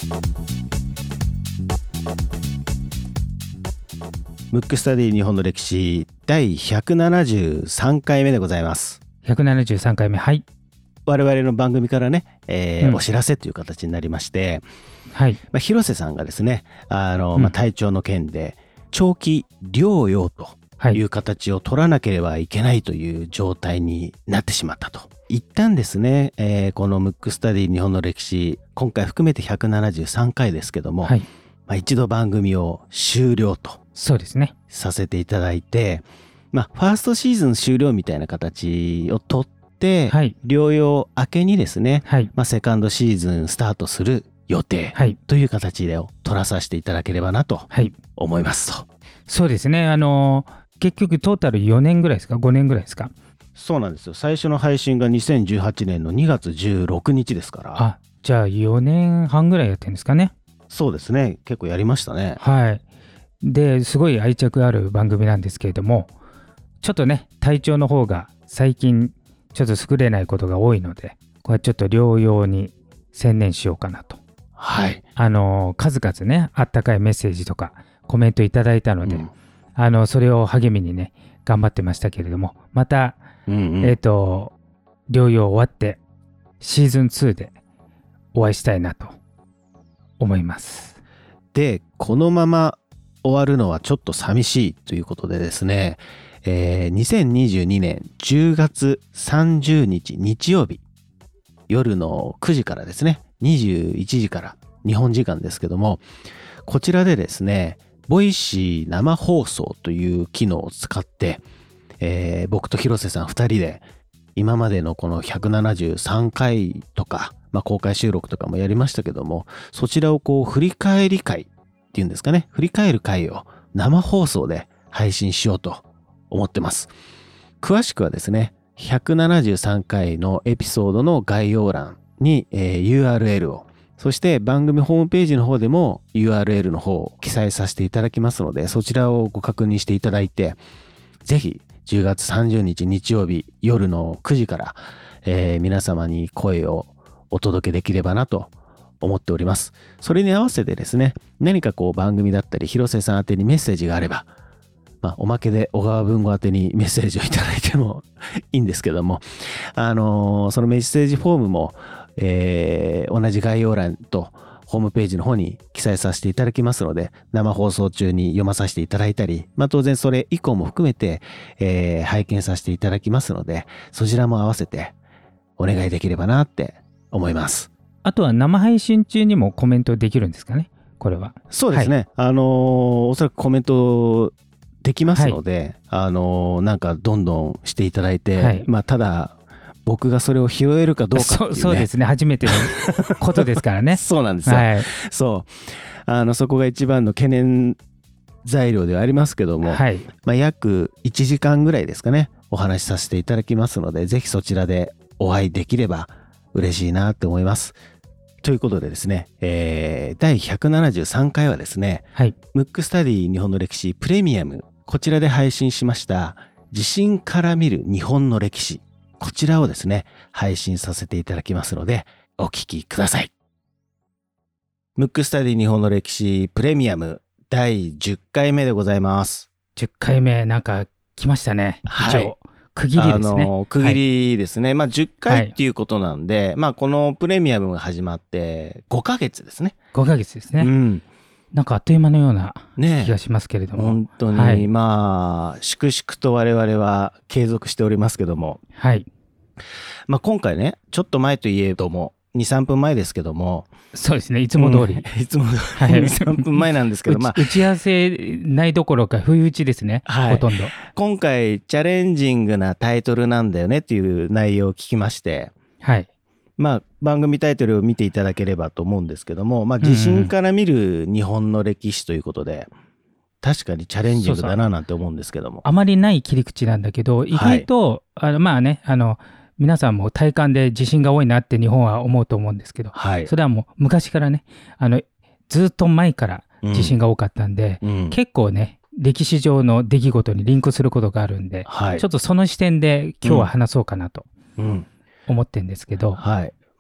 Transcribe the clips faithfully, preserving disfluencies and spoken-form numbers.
ムックスタディ日本の歴史だいひゃくななじゅうさんかいめでございます。 ひゃくななじゅうさんかいめ、はい。 我々の番組からね、えーうん、お知らせという形になりまして、 はい。 まあ、広瀬さんがですね、あの、まあ、体調の件で長期療養という形を取らなければいけないという状態になってしまったと。一旦ですね、えー、このムックスタディ日本の歴史、今回含めてひゃくななじゅうさんかいですけども、はい、まあ、一度番組を終了とそうですねさせていただいて、まあ、ファーストシーズン終了みたいな形をとって、はい、療養明けにですね、はい、まあ、セカンドシーズンスタートする予定という形で取らさせていただければなと思いますと、はい、 そうですね、あのー、結局トータルよねんぐらいですか、ごねんぐらいですか。 そうなんですよ。最初の配信がにせんじゅうはちねんのにがつじゅうろくにちですから。 あ、じゃあよねんはんぐらいやってるんですかね。 そうですね、結構やりましたね。 はい。ですごい愛着ある番組なんですけれども、ちょっとね体調の方が最近ちょっと優れないことが多いので、これちょっと療養に専念しようかなと。 はい。 あの数々ねあったかいメッセージとかコメントいただいたので、うん、あのそれを励みにね頑張ってましたけれども、また、うんうん、えっと療養終わってシーズンツーでお会いしたいなと思います。 でこのまま終わるのはちょっと寂しいということでですね、えー、にせんにじゅうにねんじゅうがつさんじゅうにち日曜日夜のくじからですね、にじゅういちじから日本時間ですけども、こちらでですねボイシー生放送という機能を使って、えー、僕と広瀬さんふたりで今までのこのひゃくななじゅうさんかいとか、まあ、公開収録とかもやりましたけども、そちらをこう振り返り会っていうんですかね、振り返る回を生放送で配信しようと思ってます。詳しくはですね、ひゃくななじゅうさんかいのエピソードの概要欄に、えー、ユーアールエル を、そして番組ホームページの方でも ユーアールエル の方を記載させていただきますので、そちらをご確認していただいて、ぜひじゅうがつさんじゅうにち日曜日夜のくじから、えー、皆様に声をお届けできればなと思っております。それに合わせてですね、何かこう番組だったり広瀬さん宛てにメッセージがあれば、まあ、おまけで小川文吾宛てにメッセージをいただいてもいいんですけども、あのー、そのメッセージフォームも、えー、同じ概要欄とホームページの方に記載させていただきますので、生放送中に読まさせていただいたり、まあ、当然それ以降も含めて、えー、拝見させていただきますので、そちらも合わせてお願いできればなって思います。 あとは生配信中にもコメントできるんですかね、これは。 そうですね、はい、あのー、おそらくコメントできますので、はい、あのー、なんかどんどんしていただいて、はい、まあただ僕がそれを拾えるかどうかっていうね。そ, そうですね、初めてのことですからね。 そうなんですよ、はい、そうあのそこが一番の懸念材料ではありますけども、はい、まあ、約いちじかんぐらいですかね、お話しさせていただきますので、ぜひそちらでお会いできれば嬉しいなって思います。ということでですね、えー、だいひゃくななじゅうさんかいはですね、はい、ムックスタディ日本の歴史プレミアム、こちらで配信しました地震から見る日本の歴史、こちらをですね配信させていただきますのでお聞きください。ムックスタディ日本の歴史プレミアムだいじゅっかいめでございます。 じゅっかいめなんか来ましたね。はい、区切りですね。 あの区切りですね、はい、まあじゅっかいっていうことなんで、はい、まあこのプレミアムが始まってごかげつですね。 ごかげつですね、うん、なんかあっという間のような気がしますけれども、ね、 本当に、はい、まあ粛々と我々は継続しておりますけども、はい、まあ今回ねちょっと前といえどもにさんぷんまえですけども、 そうですね、いつも通り、 うん、いつも通りにさんぷんまえなんですけど、まあ打ち合わせないどころか不意打ちですね、はい、ほとんど。 今回チャレンジングなタイトルなんだよねっていう内容を聞きまして、はい、まあ番組タイトルを見ていただければと思うんですけども、まあ地震から見る日本の歴史ということで、うん、確かにチャレンジングだななんて思うんですけども、 そうそう、あまりない切り口なんだけど、意外と、はい、あのまあね、あの皆さんも体感で地震が多いなって日本は思うと思うんですけど、はい、それはもう昔からね、あのずっと前から地震が多かったんで、うん、結構ね歴史上の出来事にリンクすることがあるんで、はい、ちょっとその視点で今日は話そうかなと思ってるんですけど、うん、はい、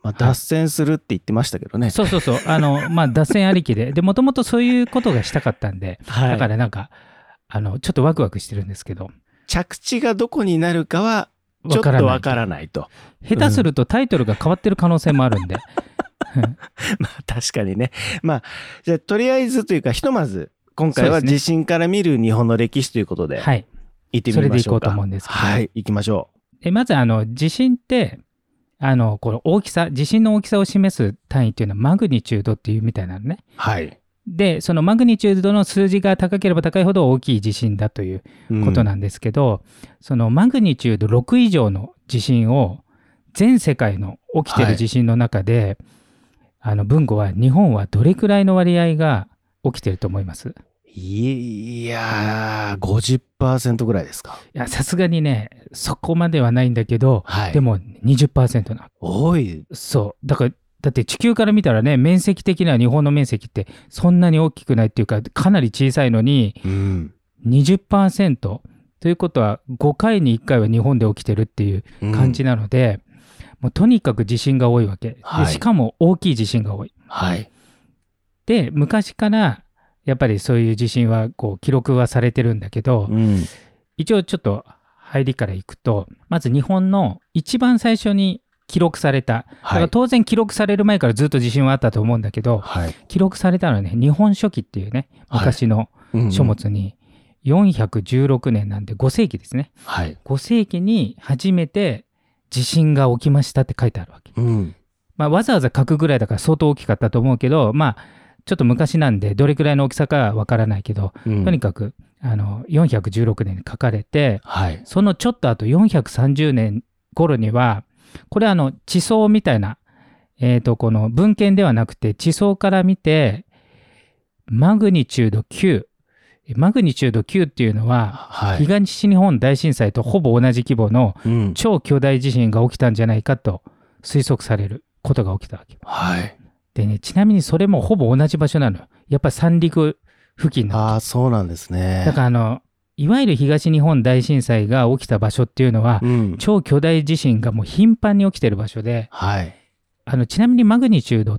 まあ、脱線するって言ってましたけどね。 そうそうそう。あの、まあ、脱線ありきで。で、もともとそういうことがしたかったんで、はい、だからなんか、あの、ちょっとワクワクしてるんですけど。 着地がどこになるかは、ちょっとわからないと。 下手するとタイトルが変わってる可能性もあるんで。 まあ、確かにね。まあ、じゃあ、とりあえずというか、ひとまず、今回は地震から見る日本の歴史ということで、 はい。 行ってみましょうか。それで行こうと思うんですけど。 はい、行きましょう。まず、あの、地震って、あの、この大きさ、地震の大きさを示す単位っていうのはマグニチュードっていうみたいなのね。 はい。 で、そのマグニチュードの数字が高ければ高いほど大きい地震だということなんですけど、うん、そのマグニチュードろく以上の地震を全世界の起きてる地震の中で、はい、あの、文吾は日本はどれくらいの割合が起きてると思います？ いやー、ごじゅっパーセント ぐらいですか。 いや、さすがにね、そこまではないんだけど、はい、でも にじゅっパーセント な。 多い。 そう。だから、だって地球から見たらね、面積的には日本の面積ってそんなに大きくないっていうか、かなり小さいのに、うん、にじゅっパーセント ということはごかいにいっかいは日本で起きてるっていう感じなので、うん、もうとにかく地震が多いわけ。で、しかも大きい地震が多い。 はい。 で、昔からやっぱりそういう地震はこう記録はされてるんだけど、うん、一応ちょっと入りからいくと、まず日本の一番最初に記録された、だから当然記録される前からずっと地震はあったと思うんだけど、はい、記録されたのはね、日本書紀っていうね、昔の書物によんひゃくじゅうろくねんなんでごせいきですね、はい、ごせいきに初めて地震が起きましたって書いてあるわけ、うんまあ、わざわざ書くぐらいだから相当大きかったと思うけど、まあちょっと昔なんでどれくらいの大きさかはわからないけど、うん、とにかくあのよんひゃくじゅうろくねんに書かれて、はい、そのちょっとあとよんひゃくさんじゅうねん頃にはこれはあの地層みたいな、えーとこの文献ではなくて地層から見てマグニチュードきゅう、マグニチュードきゅうっていうのは、はい、東日本大震災とほぼ同じ規模の超巨大地震が起きたんじゃないかと推測されることが起きたわけ。 はいでね、ちなみにそれもほぼ同じ場所なのよ。やっぱり三陸付近なの。 ああ、そうなんですね。 だからあの、いわゆる東日本大震災が起きた場所っていうのは、うん、超巨大地震がもう頻繁に起きてる場所で、はい、あのちなみにマグニチュードって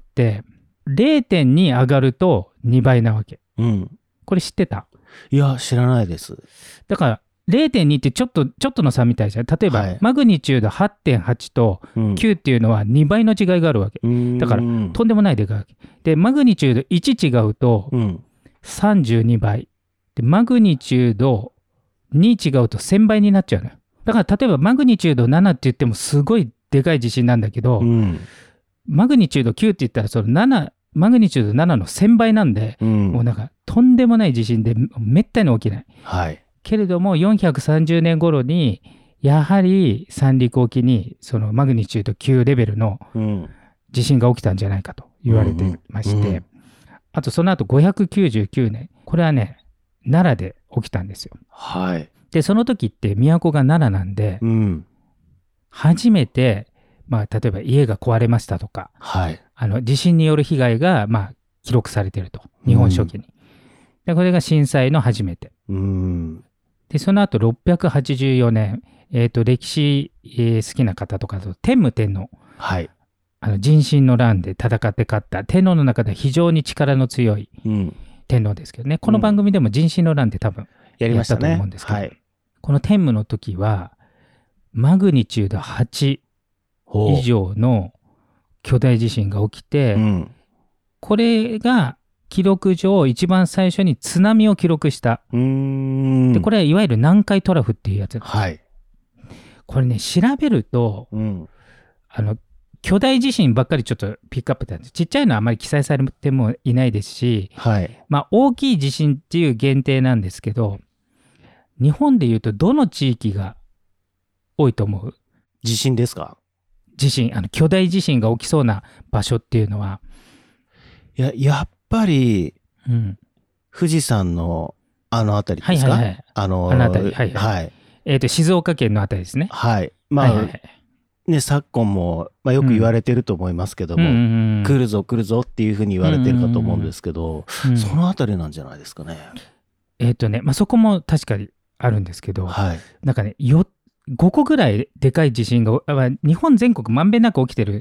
れいてんに 上がるとにばいなわけ。うん、これ知ってた？ いや、知らないです。 だから、れいてんに ってちょっとちょっとの差みたいじゃん。例えば、はい、マグニチュード はってんはち ときゅうっていうのはにばいの違いがあるわけ、うん、だからとんでもないでかいわけで、マグニチュードいち違うとさんじゅうにばいで、マグニチュードに違うとせんばいになっちゃうのよ。だから例えばマグニチュードななって言ってもすごいでかい地震なんだけど、うん、マグニチュードきゅうって言ったらそのななマグニチュードななのせんばいなんで、うん、もうなんかとんでもない地震でめったに起きない、はいけれどもよんひゃくさんじゅうねん頃にやはり三陸沖にそのマグニチュードきゅうレベルの地震が起きたんじゃないかと言われてまして、うんうん、あとその後ごひゃくきゅうじゅうきゅうねん、これはね奈良で起きたんですよ。はい、でその時って都が奈良なんで、うん、初めて、まあ、例えば家が壊れましたとか、はい、あの地震による被害がまあ記録されていると、日本書紀に、うん、でこれが震災の初めて、うんでその後ろっぴゃくはちじゅうよねん、えー、と歴史、えー、好きな方とかと天武天皇、はい、あの壬申の乱で戦って勝った天皇の中で非常に力の強い天皇ですけどね、うん、この番組でも壬申の乱って多分やったと思うんですけど、ねはい、この天武の時はマグニチュードはち以上の巨大地震が起きて、うん、これが記録上一番最初に津波を記録した。うーんでこれはいわゆる南海トラフっていうやつなんです、はい、これね調べると、うん、あの巨大地震ばっかりちょっとピックアップなんです。ちっちゃいのはあまり記載されてもいないですし、はいまあ、大きい地震っていう限定なんですけど、日本でいうとどの地域が多いと思う？ 地震ですか？ 地震、あの巨大地震が起きそうな場所っていうのは。 いややっぱり、うん、富士山のあの辺りですか？はいはいはい、あのあの辺り、はいはいはい、えーと静岡県の辺りですね。 はいまあ、はいはいはいね、昨今も、まあ、よく言われてると思いますけども、うん、来るぞ来るぞっていうふうに言われてるかと思うんですけど、うんうん、そのあたりなんじゃないですかね。 えっとね、まあ、そこも確かにあるんですけど、はい、なんかねよごこぐらいでかい地震が日本全国まんべんなく起きてる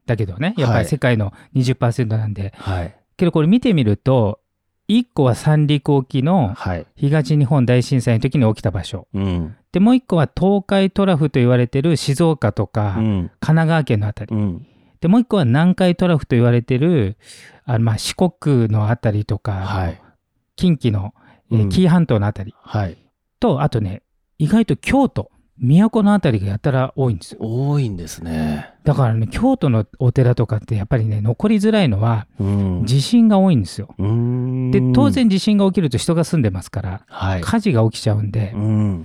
だけどね、やっぱり世界の にじゅっパーセント なんで、 はい、 けどこれ見てみるといっこは三陸沖の東日本大震災の時に起きた場所、 うん、 でもういっこは東海トラフと言われてる静岡とか、うん、神奈川県のあたり、うん、でもういっこは南海トラフと言われてるあのまあ四国のあたりとか、はい、近畿の、えー、紀伊半島のあたり、うん、はい、とあとね意外と京都都のあたりがやたら多いんですよ。 多いんですね。 だからね京都のお寺とかってやっぱりね残りづらいのは、うん、地震が多いんですよ。で当然地震が起きると人が住んでますから、はい、火事が起きちゃうんで、うん、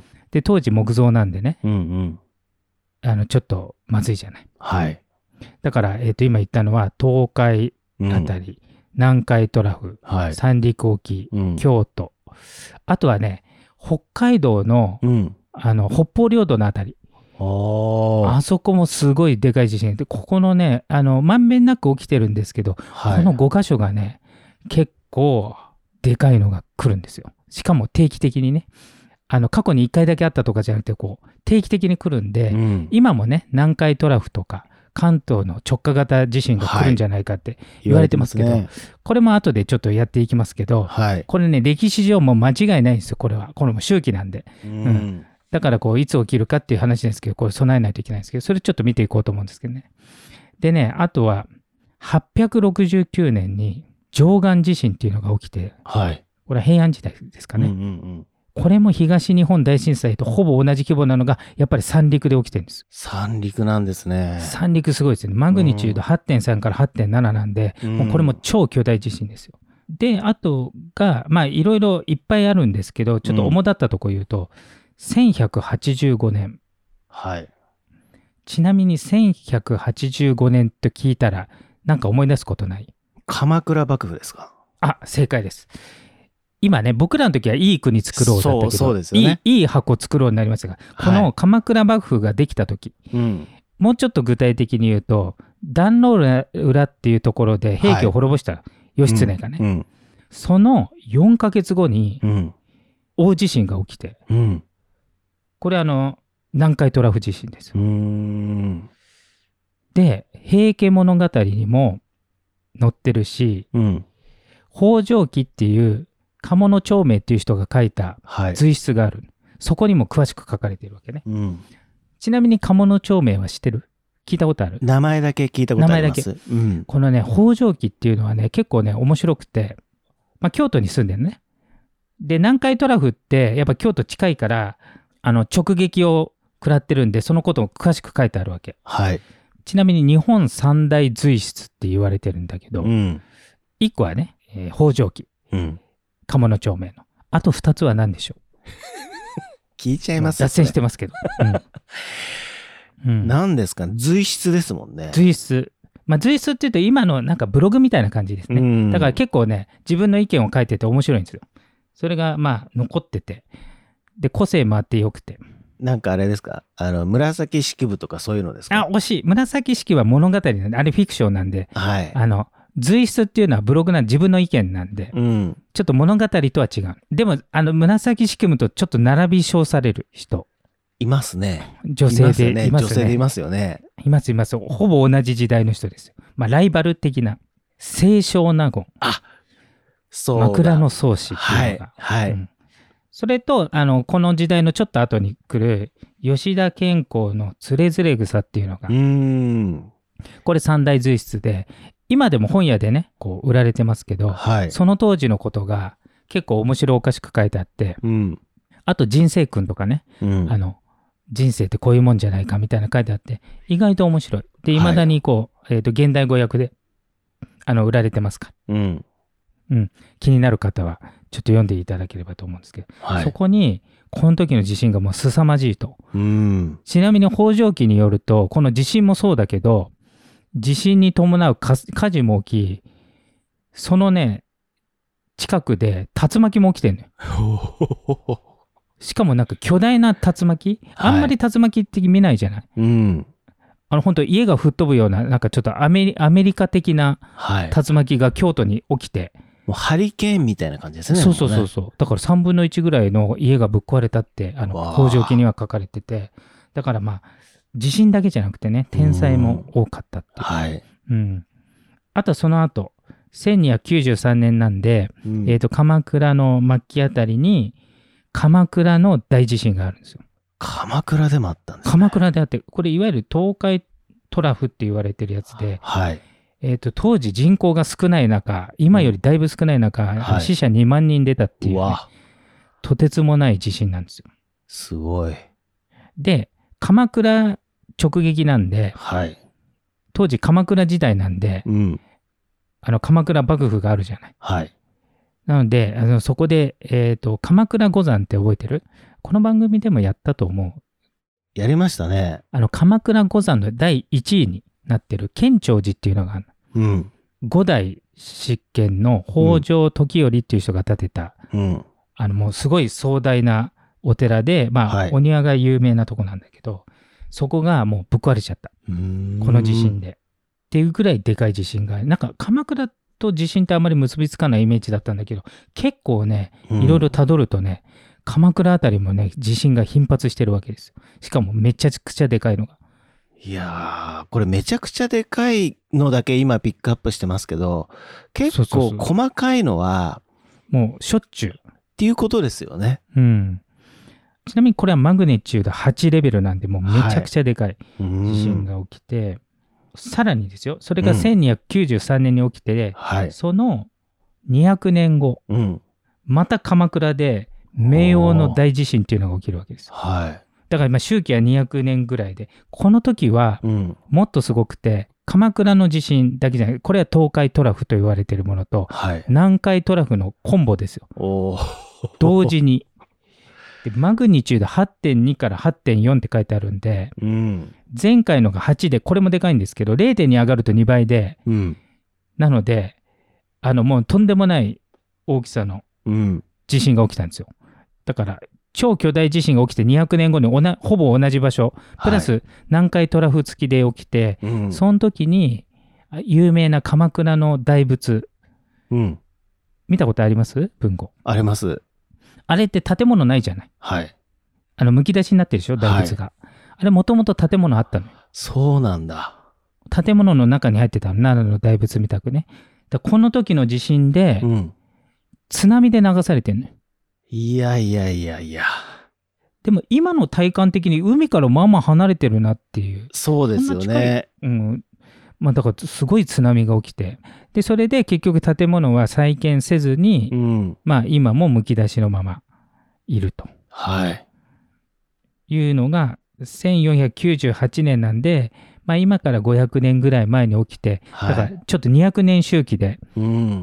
で当時木造なんでね、うんうん、あのちょっとまずいじゃない。はい、だから、えーと、今言ったのは東海あたり、うん、南海トラフ、はい、三陸沖、うん、京都、あとはね北海道の、うんあの北方領土のあたり、あそこもすごいでかい地震で、ここのねあのまんべんなく起きてるんですけど、はい、このごかしょがね結構でかいのが来るんですよ。しかも定期的にね、あの過去にいっかいだけあったとかじゃなくてこう定期的に来るんで、うん、今もね南海トラフとか関東の直下型地震が来るんじゃないかって言われてますけど、はい、ますね、これも後でちょっとやっていきますけど、はい、これね歴史上も間違いないんですよ。これはこれも周期なんで、うんうん、だからこういつ起きるかっていう話ですけど、これ備えないといけないんですけど、それちょっと見ていこうと思うんですけどね。でね、あとははっぴゃくろくじゅうきゅうねんに貞観地震っていうのが起きて、はい、これは平安時代ですかね、うんうんうん、これも東日本大震災とほぼ同じ規模なのがやっぱり三陸で起きてるんです。 三陸なんですね。 三陸すごいですね。マグニチュード はってんさん から はってんなな なんで、うん、もうこれも超巨大地震ですよ。であとがまあいろいろいっぱいあるんですけど、ちょっと主だったとこ言うと、うん、せんひゃくはちじゅうごねん、はい、ちなみにせんひゃくはちじゅうごねんと聞いたらなんか思い出すことない？ 鎌倉幕府ですか？ あ、正解です。今ね僕らの時はいい国作ろうだったけど、そうそうですよね、いい、いい箱作ろうになりましたが、この鎌倉幕府ができた時、はい、もうちょっと具体的に言うと壇ノ浦っていうところで平家を滅ぼした義経がね、はい、うんうん、そのよんかげつごに大地震が起きて、うん、これあの南海トラフ地震です。うーんで平家物語にも載ってるし、うん、北条記っていう鴨の長明っていう人が書いた随筆がある、はい、そこにも詳しく書かれているわけね、うん、ちなみに鴨の長明は知ってる？聞いたことある？ 名前だけ聞いたことあります。 名前だけ、うん、このね北条記っていうのはね結構ね面白くて、まあ、京都に住んでるね。で南海トラフってやっぱ京都近いからあの直撃を食らってるんで、そのことを詳しく書いてあるわけ、はい、ちなみに日本三大随筆って言われてるんだけど、うん、いっこはね、えー、北条記、うん、鴨の長明の、あとふたつは何でしょう？ 聞いちゃいます。 脱線してますけど、 うんうん、何ですか？随筆ですもんね。 随筆、まあ、随筆っていうと今のなんかブログみたいな感じですね、うん、だから結構ね自分の意見を書いてて面白いんですよ。それがまあ残ってて、で個性もあってよくて、 なんかあれですか、あの紫式部とかそういうのですか？ あ、惜しい。紫式は物語なんで、あれフィクションなんで、はい、あの随筆っていうのはブログなんで自分の意見なんで、うん、ちょっと物語とは違う。でもあの紫式部とちょっと並び称される人いますね。 女性でいますよね。 女性でいますよね。 いますいます。ほぼ同じ時代の人ですよ。まあライバル的な清少納言、あ、そうだ、枕草子っていうのが、はいはい、うん、それとあのこの時代のちょっと後に来る吉田兼好のつれづれ草っていうのが、うーん、これ三大随筆で今でも本屋でねこう売られてますけど、はい、その当時のことが結構面白おかしく書いてあって、うん、あと人生訓とかね、うん、あの人生ってこういうもんじゃないかみたいな書いてあって意外と面白いで、いまだにこう、はい、えーと現代語訳であの売られてますから、うんうん、気になる方はちょっと読んでいただければと思うんですけど、はい、そこにこの時の地震がもう凄まじいと、うん、ちなみに北条記によるとこの地震もそうだけど地震に伴う火事も起き、そのね近くで竜巻も起きてんのよ。しかもなんか巨大な竜巻、あんまり竜巻って見ないじゃない、はい、うん、あの本当家が吹っ飛ぶようななんかちょっとアメリ、アメリカ的な竜巻が京都に起きて、はい、 もうハリケーンみたいな感じですね。 そうそうそうそう、だからさんぶんのいちぐらいの家がぶっ壊れたってあの北条記には書かれてて、だからまあ地震だけじゃなくてね、天災も多かったっていう。 はい。 うん。あとその後、せんにひゃくきゅうじゅうさんねんなんで、うん、えっと、鎌倉の末期あたりに、鎌倉の大地震があるんですよ。 鎌倉でもあったんですね。 鎌倉であって、これいわゆる東海トラフって言われてるやつで、 はい。 えっと、当時人口が少ない中、今よりだいぶ少ない中、はい、死者にまんにん出たっていう、ね、うわ、とてつもない地震なんですよ。 すごい。 で、鎌倉直撃なんで、 はい、 当時鎌倉時代なんで、うん、あの鎌倉幕府があるじゃない。 はい、 なので、あのそこで、えーと、鎌倉五山って覚えてる？この番組でもやったと思う。 やりましたね。 あの鎌倉五山のだいいちいになってる建長寺っていうのがある、うん、五代執権の北条時頼っていう人が建てた、うん、あのもうすごい壮大なお寺で、まあ、はい、お庭が有名なとこなんだけど、そこがもうぶっ壊れちゃった。この地震で。っていうぐらいでかい地震が、なんか鎌倉と地震ってあまり結びつかないイメージだったんだけど、結構ね、いろいろ辿るとね、うん、鎌倉あたりもね、地震が頻発してるわけですよ。しかもめちゃくちゃでかいのが。 いやー、これめちゃくちゃでかいのだけ今ピックアップしてますけど、結構細かいのは、 もうしょっちゅう。 っていうことですよね。 うん。ちなみにこれはマグニチュードはちレベルなんで、もうめちゃくちゃでかい地震が起きて、はい、さらにですよ、それがせんにひゃくきゅうじゅうさんねんに起きて、うん、そのにひゃくねんご、うん、また鎌倉で明王の大地震っていうのが起きるわけですよ。はい、だからまあ周期はにひゃくねんぐらいで、この時はもっとすごくて、鎌倉の地震だけじゃない、これは東海トラフと言われているものと、はい、南海トラフのコンボですよ。同時に。でマグニチュード はってんに から はってんよん って書いてあるんで、うん、前回のがはちで、これもでかいんですけど れいてんに 上がるとにばいで、うん、なのであのもうとんでもない大きさの地震が起きたんですよ。だから超巨大地震が起きてにひゃくねんごにおなほぼ同じ場所プラス南海トラフ付きで起きて、はい、その時に有名な鎌倉の大仏、うん、見たことあります？文庫あります。 あれって建物ないじゃない。はい。あの、むき出しになってるでしょ、大仏が。はい、あれ、もともと建物あったのよ。 そうなんだ。 建物の中に入ってたの、奈良の大仏みたくね。だこの時の地震で、うん、津波で流されてんのよ。 いやいやいやいや。 でも、今の体感的に海からまあまあ離れてるなっていう。 そうですよね。 うん。まあ、だからすごい津波が起きて、でそれで結局建物は再建せずに、うん、まあ今もむき出しのままいると、はい、いうのがせんよんひゃくきゅうじゅうはちねんなんで、まあ、今からごひゃくねんぐらい前に起きて、はい、だからちょっとにひゃくねん周期で、うん、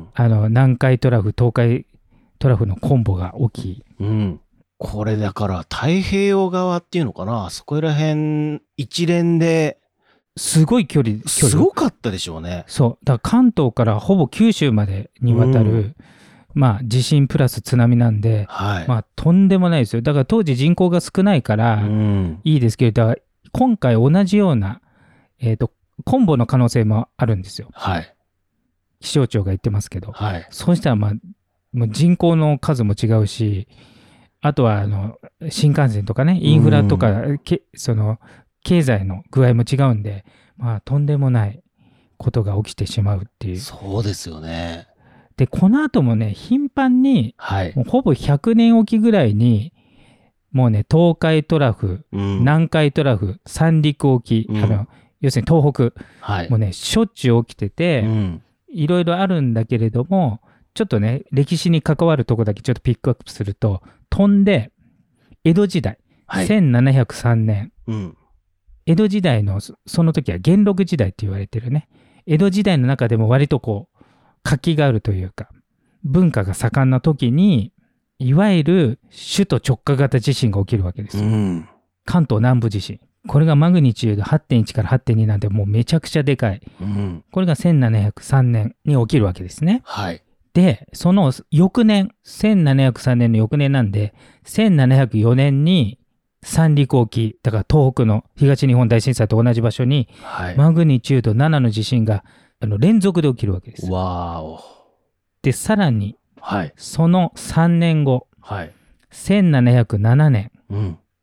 あの南海トラフ東海トラフのコンボが起き、 うん、これだから太平洋側っていうのかな、そこら辺一連ですごい距離、距離すごかったでしょうね。 そう。だから関東からほぼ九州までにわたる、うん、まあ地震プラス津波なんで、はい、まあとんでもないですよ。だから当時人口が少ないからいいですけど、だから今回同じような、えっと、コンボの可能性もあるんですよ。はい。気象庁が言ってますけど。はい。そうしたらまあ、もう人口の数も違うし、あとはあの新幹線とかね、インフラとか、うん、けその、経済の具合も違うんで、まあ、とんでもないことが起きてしまうっていう。 そうですよね。 で、この後もね、頻繁に、はい、もうほぼひゃくねんおきぐらいに、もうね、東海トラフ、うん、南海トラフ、三陸沖、うん、あの要するに東北、はい、もうね、しょっちゅう起きてて、うん、いろいろあるんだけれども、ちょっとね、歴史に関わるとこだけちょっとピックアップすると、飛んで、江戸時代、はい、せんななひゃくさんねん、うん江戸時代のその時は元禄時代って言われてるね。江戸時代の中でも割とこう活気があるというか文化が盛んな時にいわゆる首都直下型地震が起きるわけですよ、うん、関東南部地震。これがマグニチュード はってんいち から はってんに なんてもうめちゃくちゃでかい、うん、これがせんななひゃくさんねんに起きるわけですね、はい、でその翌年せんななひゃくさんねんの翌年なんでせんななひゃくよねんに三陸沖、だから東北の東日本大震災と同じ場所に、はい、マグニチュードななの地震があの連続で起きるわけです。 わーお。 でさらに、はい、そのさんねんご、はい、せんななひゃくななねん、うん、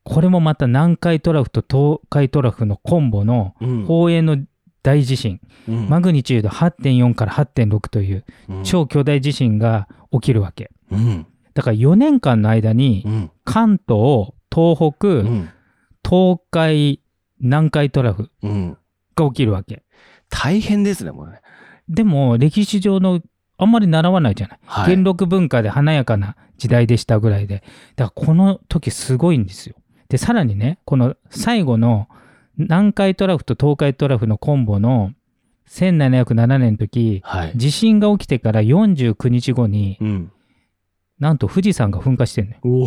これもまた南海トラフと東海トラフのコンボの宝永の大地震、うん、マグニチュード はってんよん から はってんろく という超巨大地震が起きるわけ、うん、だからよねんかんの間に関東、東北、うん、東海、南海トラフが起きるわけ、 大変ですねもうね。 でも歴史上のあんまり習わないじゃない、はい、元禄文化で華やかな時代でしたぐらいで、だからこの時すごいんですよ。でさらにね、この最後の南海トラフと東海トラフのコンボのせんななひゃくななねんの時、はい、地震が起きてからよんじゅうくにちごに、うん、なんと富士山が噴火してんのよ。お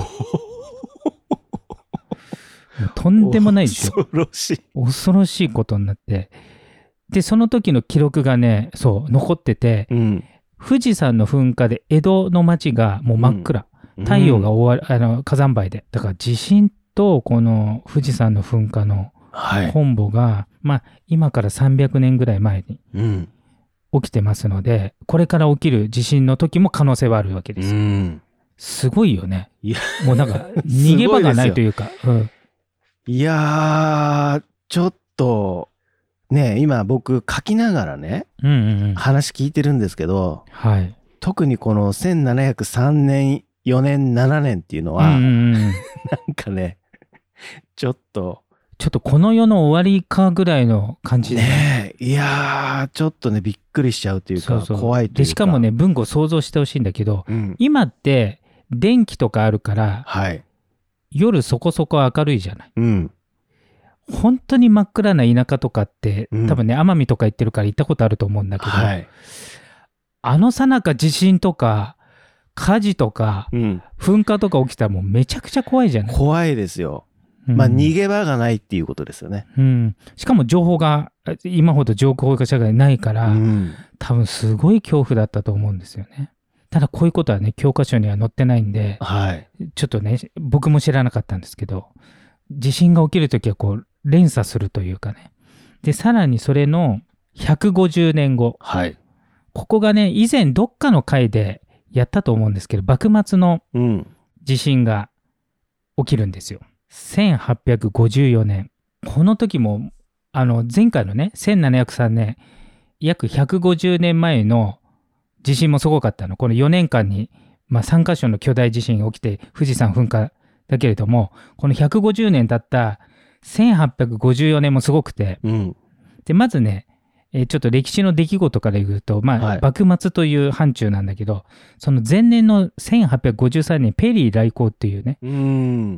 とんでもないでしょ。 恐ろしい恐ろしいことになって、でその時の記録がね、そう残ってて、うん、富士山の噴火で江戸の町がもう真っ暗、うん、太陽が終わる、あの火山灰で、だから地震とこの富士山の噴火のコンボが、はい、まあ今からさんびゃくねんぐらい前に起きてますので、うん、これから起きる地震の時も可能性はあるわけですよ、うん、すごいよね。いやもうなんか逃げ場がないというかうん、 いやーちょっとね、今僕書きながらね、うんうんうん、話聞いてるんですけど、はい、特にこのせんななひゃくさんねんよねんななねんっていうのは、うんうんうん、なんかねちょっとちょっとこの世の終わりかぐらいの感じで ね, ねいやーちょっとねびっくりしちゃうというか、そうそう怖いというか。 でしかもね文を想像してほしいんだけど、うん、今って電気とかあるから、はい、夜そこそこ明るいじゃない、うん、本当に真っ暗な田舎とかって、うん、多分ね奄美とか行ってるから行ったことあると思うんだけど、はい、あのさなか地震とか火事とか、うん、噴火とか起きたらもうめちゃくちゃ怖いじゃない。 怖いですよ。まあ逃げ場がないっていうことですよね、 うん、しかも情報が今ほど情報化社会ないから、うん、多分すごい恐怖だったと思うんですよね。ただこういうことはね教科書には載ってないんで、はい、ちょっとね僕も知らなかったんですけど、地震が起きるときはこう連鎖するというかね。でさらにそれのひゃくごじゅうねんご、はい、ここがね以前どっかの回でやったと思うんですけど、幕末の地震が起きるんですよ。せんはっぴゃくごじゅうよねん、この時もあの前回のねせんななひゃくさんねん約ひゃくごじゅうねんまえの地震もすごかったの。このよねんかんに、まあ、さんかしょの巨大地震が起きて富士山噴火だけれども、このひゃくごじゅうねん経ったせんはっぴゃくごじゅうよねんもすごくて、うん、でまずねえちょっと歴史の出来事から言うと、まあはい、幕末という範疇なんだけど、その前年のせんはっぴゃくごじゅうさんねんペリー来航っていうね、うん、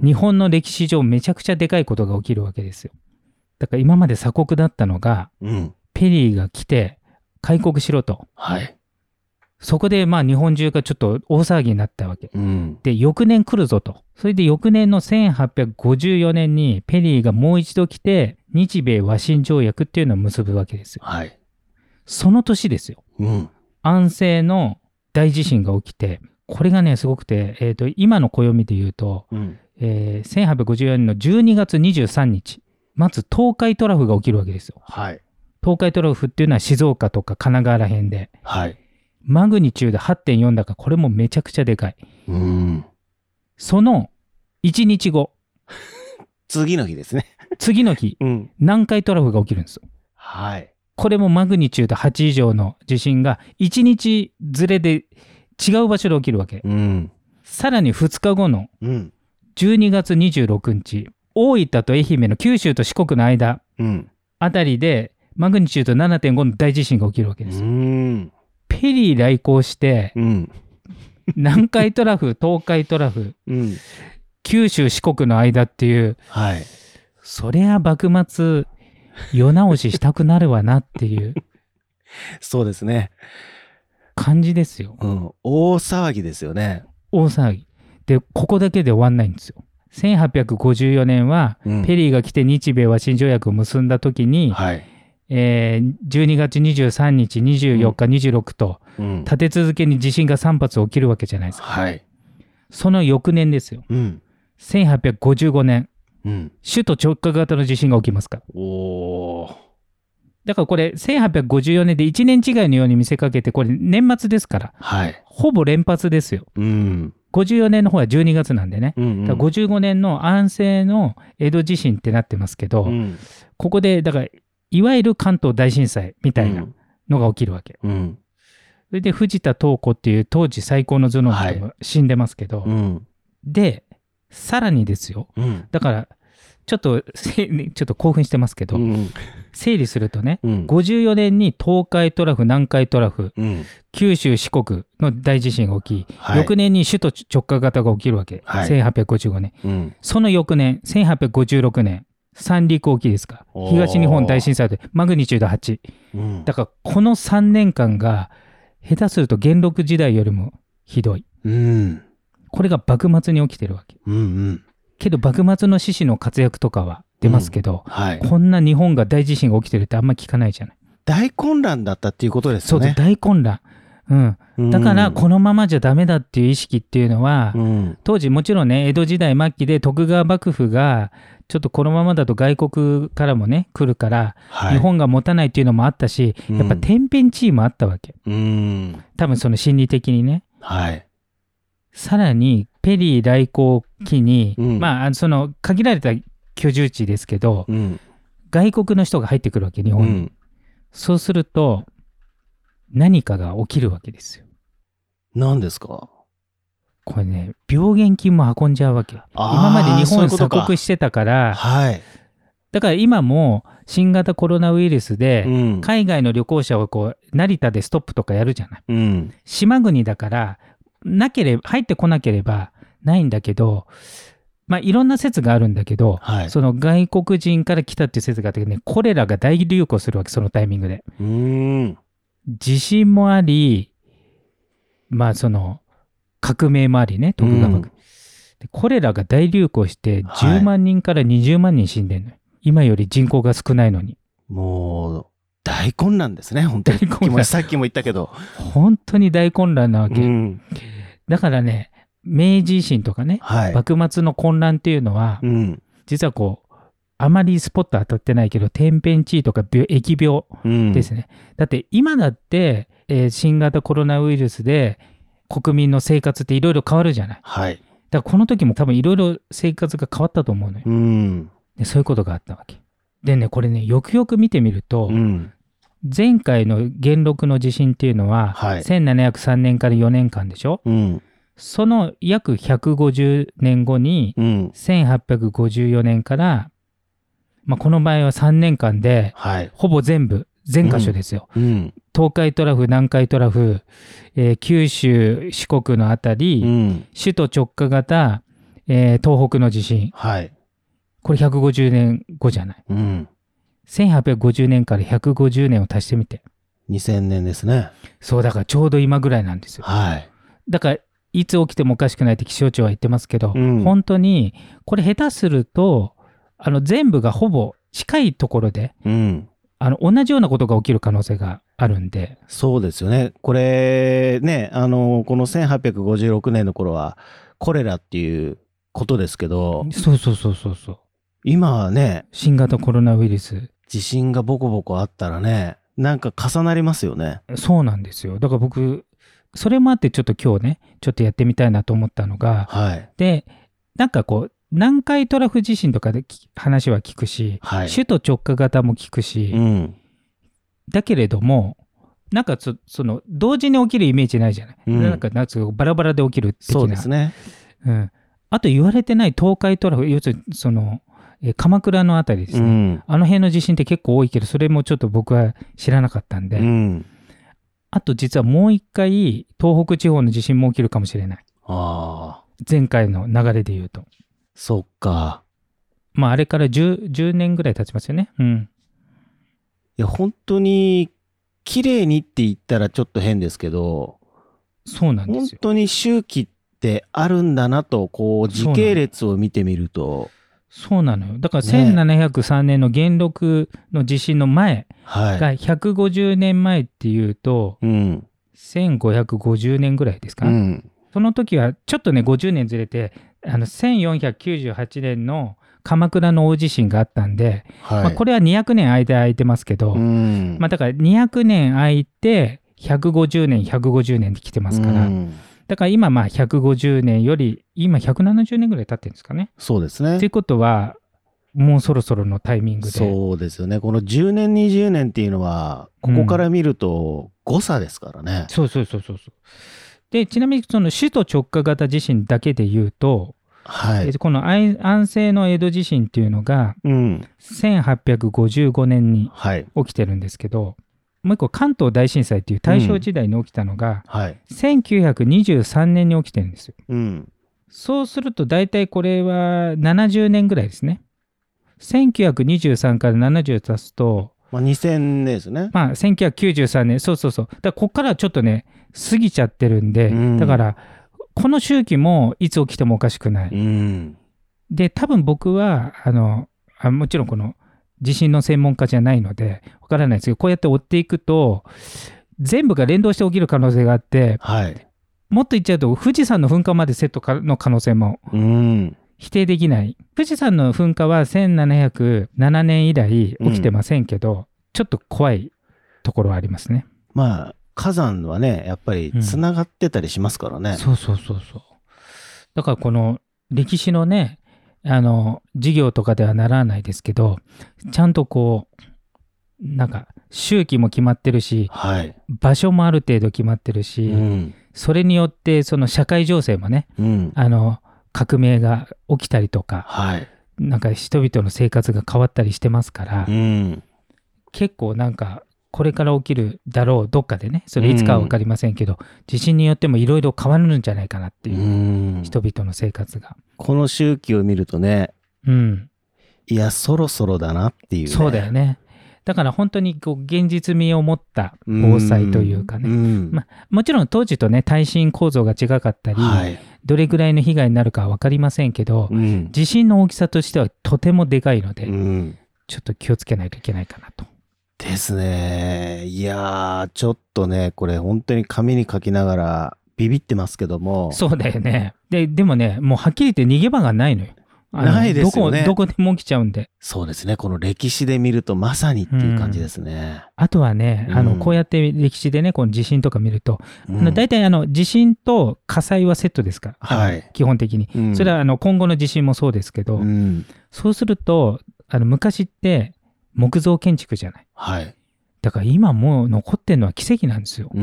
日本の歴史上めちゃくちゃでかいことが起きるわけですよ。だから今まで鎖国だったのが、うん、ペリーが来て開国しろと、はい、そこでまあ日本中がちょっと大騒ぎになったわけ、うん、で翌年来るぞと。それで翌年のせんはっぴゃくごじゅうよねんにペリーがもう一度来て日米和親条約っていうのを結ぶわけですよ、はい、その年ですよ、うん、安政の大地震が起きて、これがねすごくて、えーと今の暦で言うと、うんえー、せんはっぴゃくごじゅうよねんのじゅうにがつにじゅうさんにち、まず東海トラフが起きるわけですよ、はい、東海トラフっていうのは静岡とか神奈川ら辺で、はい、マグニチュード はってんよん だからこれもめちゃくちゃでかい。うんそのいちにちご次の日ですね次の日、うん、南海トラフが起きるんですよ。はい。これもマグニチュードはち以上の地震がいちにちずれで違う場所で起きるわけ。うん、さらにふつかごのじゅうにがつにじゅうろくにち、大分と愛媛の九州と四国の間あたりでマグニチュード ななてんご の大地震が起きるわけですよ。うん、ペリー来航して、うん、南海トラフ東海トラフ、うん、九州四国の間っていう、はい、そりゃ幕末世直ししたくなるわなっていうそうですね感じですよ、 うん、大騒ぎですよね。 大騒ぎで、ここだけで終わんないんですよ。せんはっぴゃくごじゅうよねんは、うん、ペリーが来て日米和親条約を結んだ時に、はいえー、じゅうにがつにじゅうさんにちにじゅうよっか、うん、にじゅうろくと、うん、立て続けに地震がさん発起きるわけじゃないですか、はい、その翌年ですよ、うん、せんはっぴゃくごじゅうごねん、うん、首都直下型の地震が起きますから。おだからこれせんはっぴゃくごじゅうよねんでいちねん違いのように見せかけて、これ年末ですから、はい、ほぼ連発ですよ、うん、 ごじゅうよねんの方はじゅうにがつなんでね、 うんうん、 だからごじゅうごねんの安政の江戸地震ってなってますけど、うん、ここでだからいわゆる関東大震災みたいなのが起きるわけ、うん、それで藤田東子っていう当時最高の頭脳の人も死んでますけど、はい、うん、でさらにですよ、うん、だからちょっとちょっと興奮してますけど、うん、整理するとね、うん、ごじゅうよねんに東海トラフ南海トラフ、うん、九州四国の大地震が起き、はい、翌年に首都直下型が起きるわけ、はい、せんはっぴゃくごじゅうごねん、うん、その翌年せんはっぴゃくごじゅうろくねん三陸沖ですか、東日本大震災でマグニチュードはち、うん、だからこのさんねんかんが下手すると元禄時代よりもひどい、うん、これが幕末に起きてるわけ、うんうん、けど幕末の志士の活躍とかは出ますけど、うん、はい、こんな日本が大地震が起きてるってあんま聞かないじゃない。 大混乱だったっていうことですよね。 そう、大混乱、うん、うん、だからこのままじゃダメだっていう意識っていうのは、うん、当時もちろんね江戸時代末期で徳川幕府がちょっとこのままだと外国からもね来るから、はい、日本が持たないっていうのもあったし、うん、やっぱ天変地異もあったわけ、うん、多分その心理的にね、はい、さらにペリー来航期に、うん、まあその限られた居住地ですけど、うん、外国の人が入ってくるわけ日本に、うん、そうすると何かが起きるわけですよ。 何ですか？ これね、病原菌も運んじゃうわけ。今まで日本鎖国してたから、はい、だから今も新型コロナウイルスで海外の旅行者をこう成田でストップとかやるじゃない、うん、島国だからなければ入ってこなければないんだけど、まあいろんな説があるんだけど、はい、その外国人から来たっていう説があってね、コレラが大流行するわけ、そのタイミングで。うーん、地震もあり、まあその革命もありね、徳川幕府、うん、でコレラが大流行してじゅうまんにんからにじゅうまんにん死んでるのよ、はい、今より人口が少ないのに。もう大混乱ですね、本当に。さっきも言ったけど本当に大混乱なわけ、うん、だからね、明治維新とかね、はい、幕末の混乱っていうのは、うん、実はこうあまりスポット当たってないけど天変地異とか疫病ですね、うん、だって今だって、えー、新型コロナウイルスで国民の生活っていろいろ変わるじゃない、はい、だからこの時も多分いろいろ生活が変わったと思うのよ、うん、でそういうことがあったわけでね、これねよくよく見てみると、うん、前回の元禄の地震っていうのは、はい、せんななひゃくさんねんからよねんかんでしょ、うん、その約ひゃくごじゅうねんごに、うん、せんはっぴゃくごじゅうよねんから、まあ、この場合はさんねんかんで、はい、ほぼ全部全箇所ですよ、うんうん、東海トラフ南海トラフ、えー、九州四国のあたり、うん、首都直下型、えー、東北の地震、はい、これひゃくごじゅうねんごじゃない、うん、せんはっぴゃくごじゅうねんからひゃくごじゅうねんを足してみてにせんねんですね。 そうだからちょうど今ぐらいなんですよ、はい、だからいつ起きてもおかしくないって気象庁は言ってますけど、うん、本当にこれ下手するとあの全部がほぼ近いところで、うん、あの同じようなことが起きる可能性があるんで。 そうですよね。これね、あのこのせんはっぴゃくごじゅうろくねんの頃はコレラっていうことですけど、 そうそうそうそうそう、 今はね、 新型コロナウイルス地震がボコボコあったらね、なんか重なりますよね。 そうなんですよ。だから僕それもあってちょっと今日ねちょっとやってみたいなと思ったのが、はい、でなんかこう南海トラフ地震とかで話は聞くし、はい、首都直下型も聞くし、うん、だけれどもなんか そ, その同時に起きるイメージないじゃない、うん、なんかなんかバラバラで起きる的な。 そうですね、 うん、あと言われてない東海トラフ、要するにそのえ鎌倉のあたりですね、うん、あの辺の地震って結構多いけどそれもちょっと僕は知らなかったんで、うん、あと実はもう一回東北地方の地震も起きるかもしれない。あ、前回の流れで言うと。 そっか。 まああれから 10, 10年ぐらい経ちますよね。うん。 いや本当に綺麗にって言ったらちょっと変ですけど、 そうなんですよ。 本当に周期ってあるんだなと、こう時系列を見てみると。 そうなのよ。だからせんななひゃくさんねんの元禄の地震の前がひゃくごじゅうねんまえっていうと、はい、うん、せんごひゃくごじゅうねんぐらいですか、うん、その時はちょっとねごじゅうねんずれてあのせんよんひゃくきゅうじゅうはちねんの鎌倉の大地震があったんで、はい、まあ、これはにひゃくねん間空いてますけど、うん、まあ、だからにひゃくねん空いてひゃくごじゅうねんひゃくごじゅうねんで来てますから、うん、 だから今まあひゃくごじゅうねんより今ひゃくななじゅうねんぐらい経ってるんですかね。 そうですね。 ということはもうそろそろのタイミングで。 そうですよね。このじゅうねんにじゅうねんっていうのはここから見ると誤差ですからね、うん、 そうそうそうそう。でちなみにその首都直下型地震だけで言うと、はい、この安政の江戸地震っていうのがせんはっぴゃくごじゅうごねんに起きてるんですけど、はい、もう一個関東大震災っていう大正時代に起きたのが、うんはい、せんきゅうひゃくにじゅうさんねんに起きてるんですよ、うん、そうすると大体これはななじゅうねんぐらいですね。せんきゅうひゃくにじゅうさんからななじゅう足すと、 まあ、にせんねんですね。 まあせんきゅうひゃくきゅうじゅうさんねん、そうそうそう。だからここからちょっとね過ぎちゃってるんで、うん、だからこの周期もいつ起きてもおかしくない、うん、で多分僕はあのあもちろんこの地震の専門家じゃないのでわからないですけど、こうやって追っていくと全部が連動して起きる可能性があって、はい、もっと言っちゃうと富士山の噴火までセットの可能性も否定できない、うん、富士山の噴火はせんななひゃくななねん以来起きてませんけど、うん、ちょっと怖いところはありますね。 まあ火山はねやっぱりつながってたりしますからね、 うん、そうそうそうそう。だからこの歴史のねあの授業とかではならないですけど、ちゃんとこうなんか周期も決まってるし、はい、場所もある程度決まってるし、うん、それによってその社会情勢もね、うん、あの革命が起きたりとか、はい、なんか人々の生活が変わったりしてますから、うん、結構なんかこれから起きるだろうどっかでね、それいつかは分かりませんけど、うん、地震によってもいろいろ変わるんじゃないかなっていう、うん、人々の生活が。 この周期を見るとね、うん、いやそろそろだなっていう、ね、 そうだよね。だから本当にこう現実味を持った防災というかね、うん、まあ、もちろん当時とね耐震構造が違かったり、はい、どれぐらいの被害になるかは分かりませんけど、うん、地震の大きさとしてはとてもでかいので、うん、ちょっと気をつけないといけないかなと。 ですね。いやーちょっとねこれ本当に紙に書きながらビビってますけども。 そうだよね。ででもねもうはっきり言って逃げ場がないのよ。 ないですよね。 どこ、どこでも起きちゃうんで。 そうですね。この歴史で見るとまさにっていう感じですね。 うん、あとはね、うん、あのこうやって歴史でねこの地震とか見ると、うん、あの大体あの地震と火災はセットですから、はい、基本的に、うん、それはあの今後の地震もそうですけど、うん、そうするとあの昔って木造建築じゃない、はい、だから今もう残ってるのは奇跡なんですよ。うん、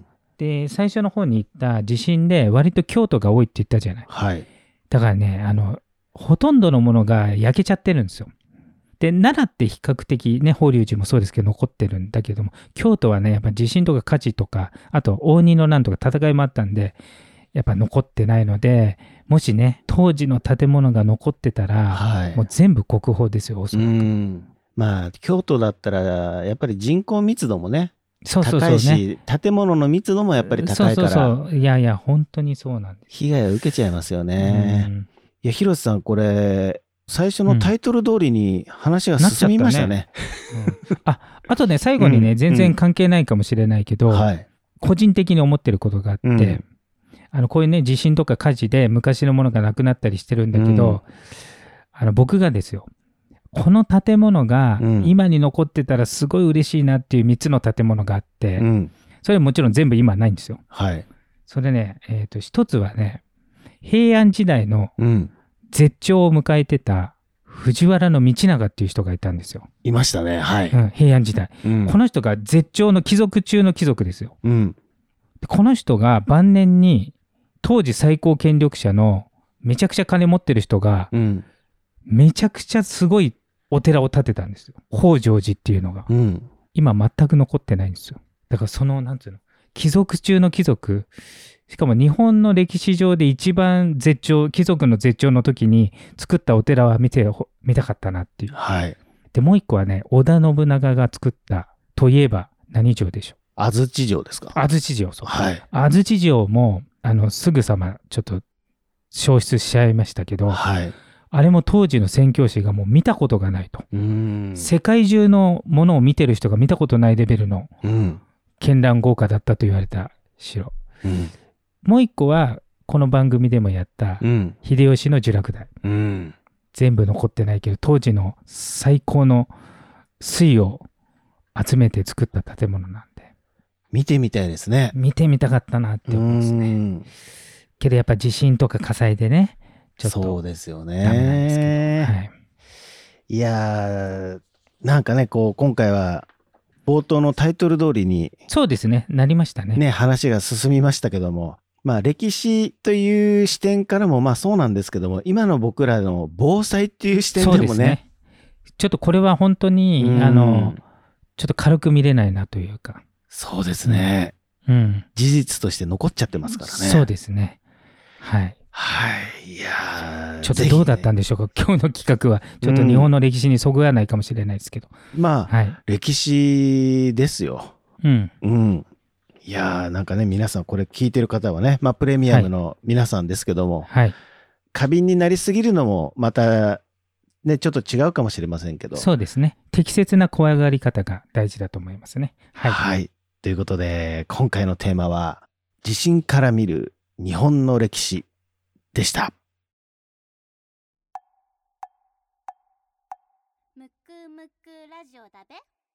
で最初の方に言った地震で割と京都が多いって言ったじゃない、はい、だからねあのほとんどのものが焼けちゃってるんですよ。で奈良って比較的ね法隆寺もそうですけど残ってるんだけども、京都はねやっぱ地震とか火事とかあと応仁の乱とか戦いもあったんでやっぱ残ってないので、もしね当時の建物が残ってたら、はい、もう全部国宝ですよおそらく。うん、 まあ京都だったらやっぱり人口密度もねそうそうそうね、高いし建物の密度もやっぱり高いから、 そうそうそう、いやいや本当にそうなんです。 被害を受けちゃいますよね。うん、いや広瀬さんこれ最初のタイトル通りに話が進みましたね。 うん、ああとね最後にね、うん、全然関係ないかもしれないけど、うんはい、個人的に思ってることがあって、うん、あのこういうね地震とか火事で昔のものがなくなったりしてるんだけど、うん、あの僕がですよこの建物が今に残ってたらすごい嬉しいなっていうみっつの建物があって、うん、それもちろん全部今ないんですよ。はい、それね、えーと、一つはね平安時代の絶頂を迎えてた藤原道長っていう人がいたんですよ。 いましたね、はい、 うん、平安時代、うん、この人が絶頂の貴族中の貴族ですよ。うん、この人が晩年に当時最高権力者のめちゃくちゃ金持ってる人が、うん、めちゃくちゃすごいお寺を建てたんですよ。北条寺っていうのが、うん、今全く残ってないんですよ。だからそのなんていうの貴族中の貴族、しかも日本の歴史上で一番絶頂貴族の絶頂の時に作ったお寺は見て見たかったなっていう、はい、でもう一個はね織田信長が作ったといえば何城でしょう。 安土城ですか。 安土城、そう、はい、安土城もあのすぐさまちょっと消失しちゃいましたけど、はい、あれも当時の宣教師がもう見たことがないと、うーん世界中のものを見てる人が見たことないレベルの絢爛豪華だったと言われた城、うん、もう一個はこの番組でもやった秀吉の聚楽台、うん、全部残ってないけど当時の最高の粋を集めて作った建物なんで、 見てみたいですね。 見てみたかったなって思いますね。けどやっぱ地震とか火災でね、ちょっとそうですよね。 ダメなんですけど、はい、 いやー、なんかね、こう今回は冒頭のタイトル通りに、 そうですね、なりましたね。 ね、話が進みましたけども、まあ歴史という視点からもまあそうなんですけども、今の僕らの防災っていう視点でもね、そうですね、 ちょっとこれは本当にあのちょっと軽く見れないなというか。 そうですね。うん、事実として残っちゃってますからね。 そうですね。はい。 はい。いやちょっとどうだったんでしょうか、ね、今日の企画は。ちょっと日本の歴史にそぐわないかもしれないですけど。 うん、まあ、はい、歴史ですよ。うん。うん。いやー、なんかね、皆さんこれ聞いてる方はね、まあ、プレミアムの皆さんですけども、はい、過敏になりすぎるのもまた、ね、ちょっと違うかもしれませんけど。 そうですね。適切な怖がり方が大事だと思いますね。 はい。はい。ということで、今回のテーマは、地震から見る日本の歴史でした。むくむくラジオだべ。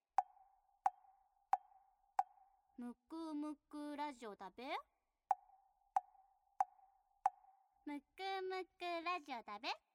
むくむくラジオだべ。むくむくラジオだべ。